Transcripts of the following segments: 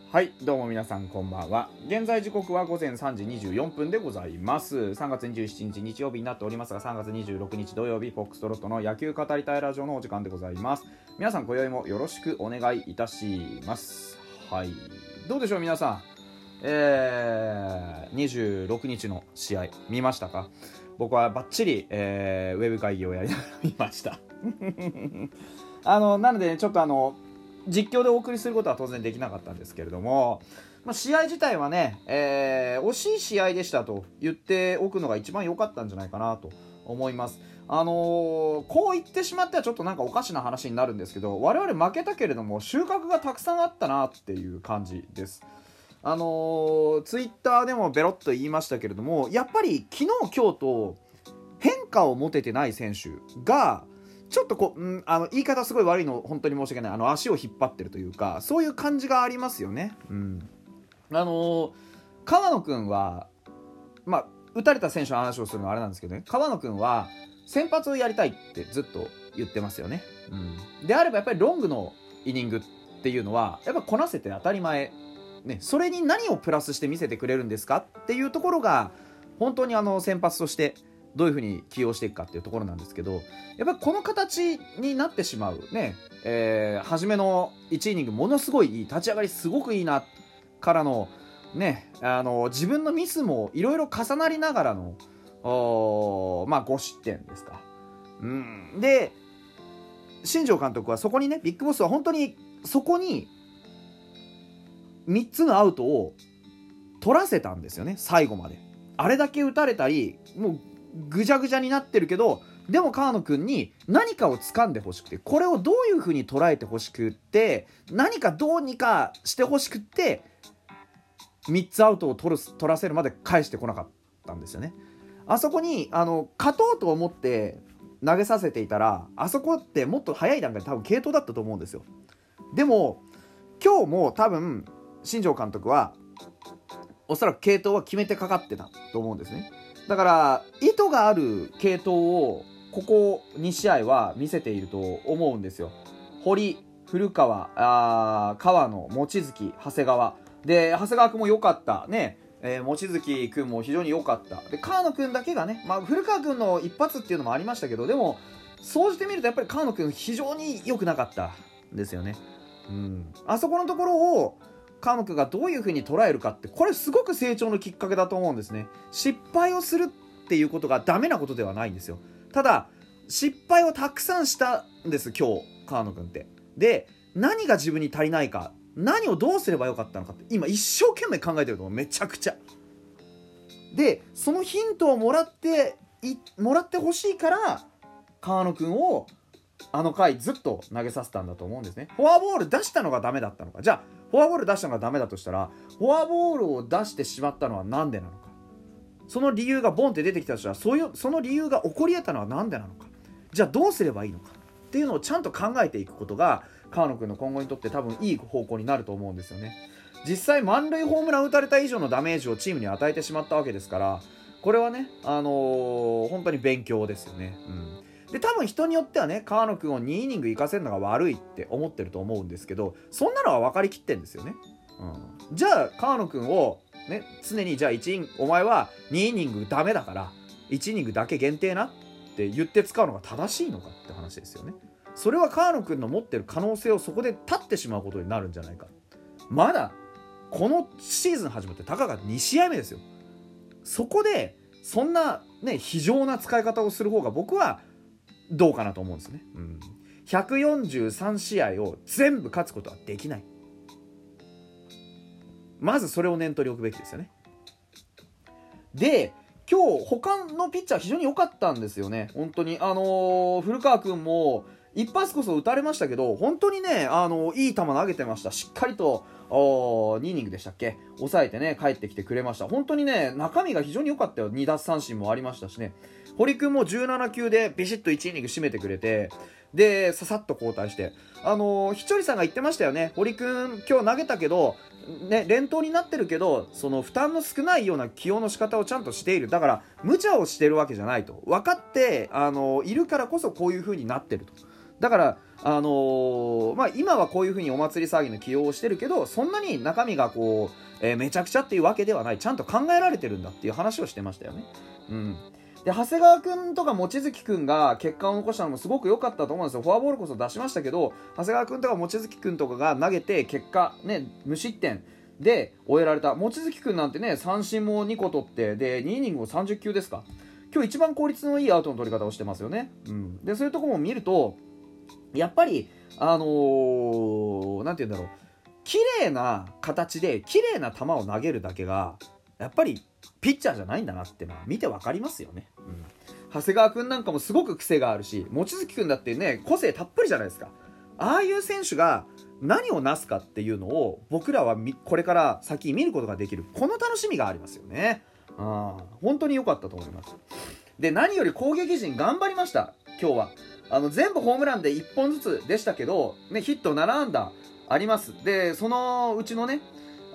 はい、どうも皆さんこんばんは。現在時刻は午前3時24分でございます。3月27日日曜日になっておりますが、3月26日土曜日、フォックストロットの野球語りたいラジオのお時間でございます。皆さん今宵もよろしくお願いいたします。はい、どうでしょう皆さん、26日の試合見ましたか？僕はバッチリ、ウェブ会議をやりながら見ましたなので、ね、ちょっと実況でお送りすることは当然できなかったんですけれども、試合自体はね、惜しい試合でしたと言っておくのが一番良かったんじゃないかなと思います。こう言ってしまってはちょっとなんかおかしな話になるんですけど、我々負けたけれども収穫がたくさんあったなっていう感じです。ツイッターでもベロッと言いましたけれども、やっぱり昨日今日と変化を持ててない選手がちょっと言い方すごい悪いの本当に申し訳ない、足を引っ張ってるというか、そういう感じがありますよね。川野くんは打たれた選手の話をするのはあれなんですけどね、川野くんは先発をやりたいってずっと言ってますよね。であればやっぱりロングのイニングっていうのはやっぱこなせて当たり前ね、それに何をプラスして見せてくれるんですかっていうところが本当に先発としてどういう風に起用していくかっていうところなんですけど、やっぱりこの形になってしまうね、初めの1イニングものすごいいい、立ち上がりすごくいいなからのね、自分のミスもいろいろ重なりながらの5失点ですか。で新庄監督はそこにね、ビッグボスは本当にそこに3つのアウトを取らせたんですよね、最後まで。あれだけ打たれたりもうぐじゃぐじゃになってるけど、でも川野くんに何かを掴んでほしくて、これをどういう風に捉えてほしくって、何かどうにかしてほしくって3つアウトを取らせるまで返してこなかったんですよね。あそこに勝とうと思って投げさせていたら、あそこってもっと早い段階で多分継投だったと思うんですよ。でも今日も多分新庄監督はおそらく継投は決めてかかってたと思うんですね。だから意図がある継投をここ2試合は見せていると思うんですよ。堀、古川、川野、望月、長谷川で、長谷川君も良かったね、望月君も非常に良かった。で川野君だけがね、古川君の一発っていうのもありましたけど、でも総じてみるとやっぱり川野君非常に良くなかったんですよね。あそこのところを川野くんがどういう風に捉えるかって、これすごく成長のきっかけだと思うんですね。失敗をするっていうことがダメなことではないんですよ。ただ失敗をたくさんしたんです今日川野くんって。で何が自分に足りないか、何をどうすればよかったのかって今一生懸命考えてると思う、めちゃくちゃ。でそのヒントをもらってほしいから川野くんをあの回ずっと投げさせたんだと思うんですね。フォアボール出したのがダメだったのか、じゃあフォアボール出したのがダメだとしたら、フォアボールを出してしまったのはなんでなのか、その理由がボンって出てきたとしたら、その理由が起こり得たのはなんでなのか、じゃあどうすればいいのかっていうのをちゃんと考えていくことが川野くんの今後にとって多分いい方向になると思うんですよね。実際満塁ホームラン打たれた以上のダメージをチームに与えてしまったわけですから、これはね、本当に勉強ですよね。で多分人によってはね、川野くんを2イニング行かせるのが悪いって思ってると思うんですけど、そんなのは分かりきってんですよね。じゃあ川野くんをね、常にじゃあお前は2イニングダメだから1イニングだけ限定なって言って使うのが正しいのかって話ですよね。それは川野くんの持ってる可能性をそこで断ってしまうことになるんじゃないか。まだこのシーズン始まってたかが2試合目ですよ。そこでそんなね非常な使い方をする方が僕はどうかなと思うんですね。143試合を全部勝つことはできない。まずそれを念頭に置くべきですよね。で今日他のピッチャー非常に良かったんですよね。本当に古川君も一発こそ打たれましたけど、本当にねいい球投げてました。しっかりと2イニングでしたっけ、抑えてね帰ってきてくれました。本当にね中身が非常に良かったよ。2奪三振もありましたしね。堀君も17球でビシッと1イニング締めてくれて、でささっと交代して、ひちょりさんが言ってましたよね。堀君今日投げたけどね、連投になってるけどその負担の少ないような起用の仕方をちゃんとしている。だから無茶をしてるわけじゃないと分かっているからこそこういう風になってると。 だから今はこういう風にお祭り騒ぎの起用をしてるけど、そんなに中身がこう、めちゃくちゃっていうわけではない、ちゃんと考えられてるんだっていう話をしてましたよね。で長谷川君とか望月君が結果を残したのもすごく良かったと思うんですよ。フォアボールこそ出しましたけど、長谷川君とか望月君とかが投げて結果ね、無失点で終えられた。望月君なんてね、三振も2個取って、で2イニングを30球ですか、今日一番効率のいいアウトの取り方をしてますよね。でそういうところも見るとやっぱりなんて言うんだろう、綺麗な形で綺麗な球を投げるだけがやっぱりピッチャーじゃないんだなってのは見てわかりますよね。長谷川君なんかもすごく癖があるし、望月君だってね、個性たっぷりじゃないですか。ああいう選手が何をなすかっていうのを僕らはこれから先見ることができる、この楽しみがありますよね。本当に良かったと思います。で何より攻撃陣頑張りました。今日は全部ホームランで1本ずつでしたけど、ね、ヒット7安打あります。でそのうちのね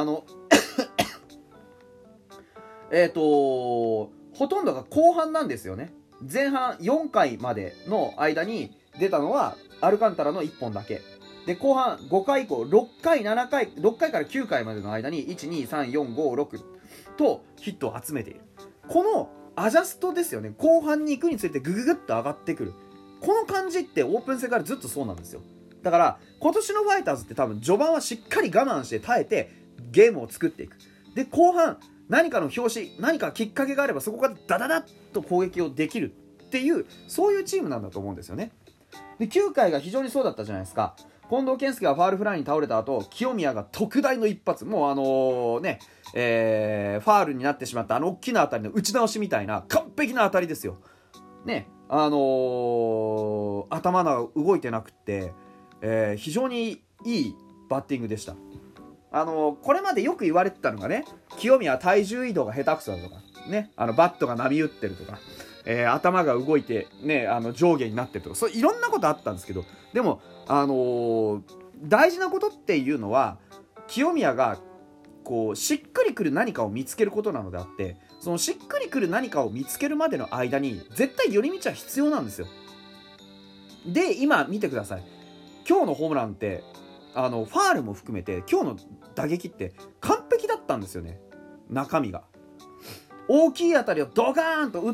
ほとんどが後半なんですよね。前半4回までの間に出たのはアルカンタラの1本だけで、後半5回以降6回から9回までの間に 1,2,3,4,5,6 とヒットを集めている。このアジャストですよね。後半に行くにつれてグググッと上がってくるこの感じってオープン戦からずっとそうなんですよ。だから今年のファイターズって多分序盤はしっかり我慢して耐えてゲームを作っていく。で後半何かの拍子、何かきっかけがあればそこからダダダッと攻撃をできるっていう、そういうチームなんだと思うんですよね。で9回が非常にそうだったじゃないですか。近藤健介がファールフライに倒れた後、清宮が特大の一発、もうファールになってしまった大きな当たりの打ち直しみたいな完璧な当たりですよね。頭が動いてなくって、非常にいいバッティングでした。これまでよく言われてたのがね、清宮は体重移動が下手くそだとかね、バットが波打ってるとか、頭が動いてね、上下になってるとか、そういろんなことあったんですけど、でも大事なことっていうのは清宮がこうしっくりくる何かを見つけることなのであって、そのしっくりくる何かを見つけるまでの間に絶対寄り道は必要なんですよ。で今見てください。今日のホームランってファールも含めて今日の打撃って完璧だったんですよね。中身が大きい当たりをドカーンと打って、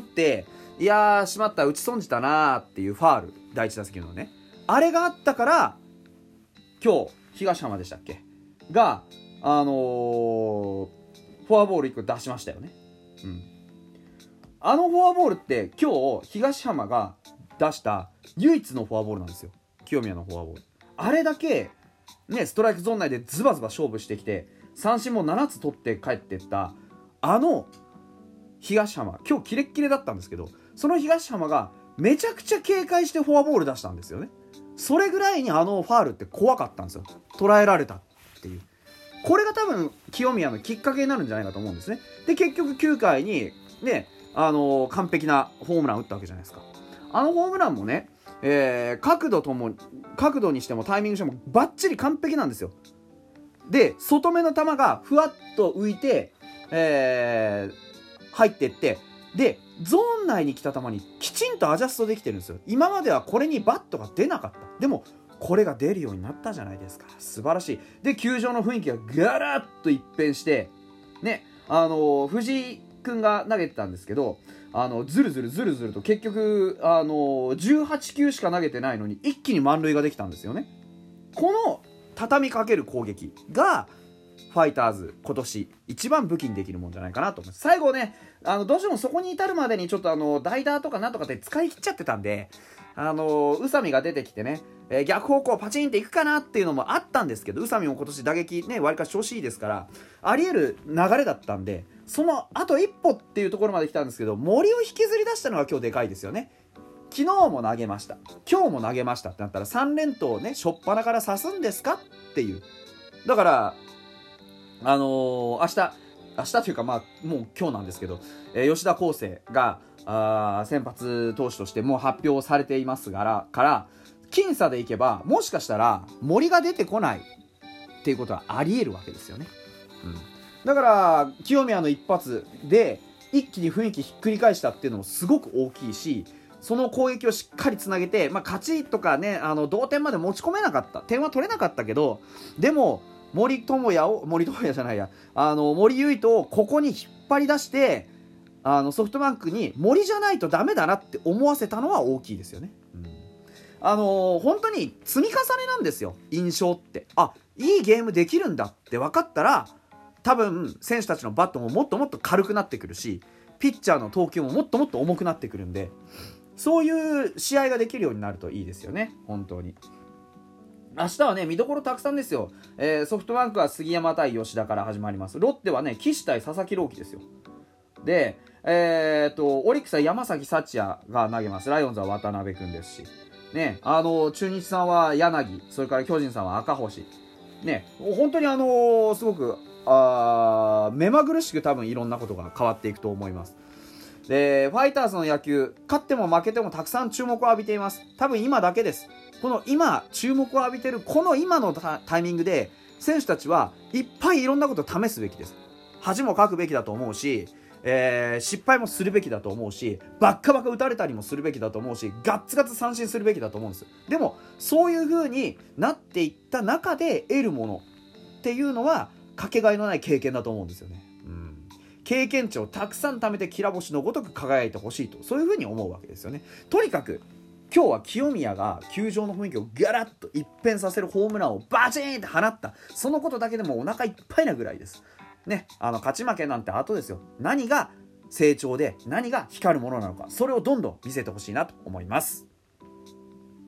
いやーしまった、打ち損じたなーっていうファール、第一打席のね、あれがあったから今日東浜でしたっけがフォアボール1個出しましたよね。フォアボールって今日東浜が出した唯一のフォアボールなんですよ。清宮のフォアボール、あれだけね、ストライクゾーン内でズバズバ勝負してきて三振も7つ取って帰ってった東浜、今日キレッキレだったんですけど、その東浜がめちゃくちゃ警戒してフォアボール出したんですよね。それぐらいにファールって怖かったんですよ。捉えられたっていう、これが多分清宮のきっかけになるんじゃないかと思うんですね。で結局9回にね、完璧なホームラン打ったわけじゃないですか。ホームランもね、角度にしてもタイミングしてもバッチリ完璧なんですよ。で外目の球がふわっと浮いて、入ってって、でゾーン内に来た球にきちんとアジャストできてるんですよ。今まではこれにバットが出なかった。でもこれが出るようになったじゃないですか。素晴らしい。で球場の雰囲気がガラッと一変してね、藤井君が投げてたんですけど、ずるずると結局18球しか投げてないのに一気に満塁ができたんですよね。この畳みかける攻撃がファイターズ今年一番武器にできるもんじゃないかなと思います。最後ね、どうしてもそこに至るまでにちょっと代打とかなんとかって使い切っちゃってたんで、宇佐美が出てきてね、逆方向パチンっていくかなっていうのもあったんですけど、宇佐美も今年打撃ね割かし調子いいですからあり得る流れだったんで、そのあと一歩っていうところまで来たんですけど、森を引きずり出したのが今日でかいですよね。昨日も投げました、今日も投げましたってなったら3連投をね初っ端から刺すんですかっていう。だから明日というかもう今日なんですけど、吉田輝星が先発投手としてもう発表されていますから僅差でいけばもしかしたら森が出てこないっていうことはあり得るわけですよね。だから清宮の一発で一気に雰囲気ひっくり返したっていうのもすごく大きいし、 その攻撃をしっかりつなげて、勝ちとかね、同点まで持ち込めなかった、点は取れなかったけど、でも森友哉じゃないや、森唯斗をここに引っ張り出して、ソフトバンクに森じゃないとダメだなって思わせたのは大きいですよね。本当に積み重ねなんですよ、印象って。いいゲームできるんだって分かったら、多分選手たちのバットももっともっと軽くなってくるし、ピッチャーの投球ももっともっと重くなってくるんで、そういう試合ができるようになるといいですよね。本当に明日はね、見どころたくさんですよ。ソフトバンクは杉山対吉田から始まります。ロッテはね、岸対佐々木朗希ですよ。で、オリックスは山崎福也が投げます。ライオンズは渡辺君ですしね、中日さんは柳、それから巨人さんは赤星ね、本当にすごく目まぐるしく多分いろんなことが変わっていくと思います。で、ファイターズの野球、勝っても負けてもたくさん注目を浴びています。多分今だけです。この今注目を浴びているこの今のタイミングで、選手たちはいっぱいいろんなことを試すべきです。恥もかくべきだと思うし、失敗もするべきだと思うし、バッカバカ打たれたりもするべきだと思うし、ガッツガツ三振するべきだと思うんです。でもそういう風になっていった中で得るものっていうのはかけがえのない経験だと思うんですよね。経験値をたくさん貯めてきら星のごとく輝いてほしいと、そういう風に思うわけですよね。とにかく今日は清宮が球場の雰囲気をガラッと一変させるホームランをバチーンって放った、そのことだけでもお腹いっぱいなぐらいですね。勝ち負けなんて後ですよ。何が成長で何が光るものなのか、それをどんどん見せてほしいなと思います。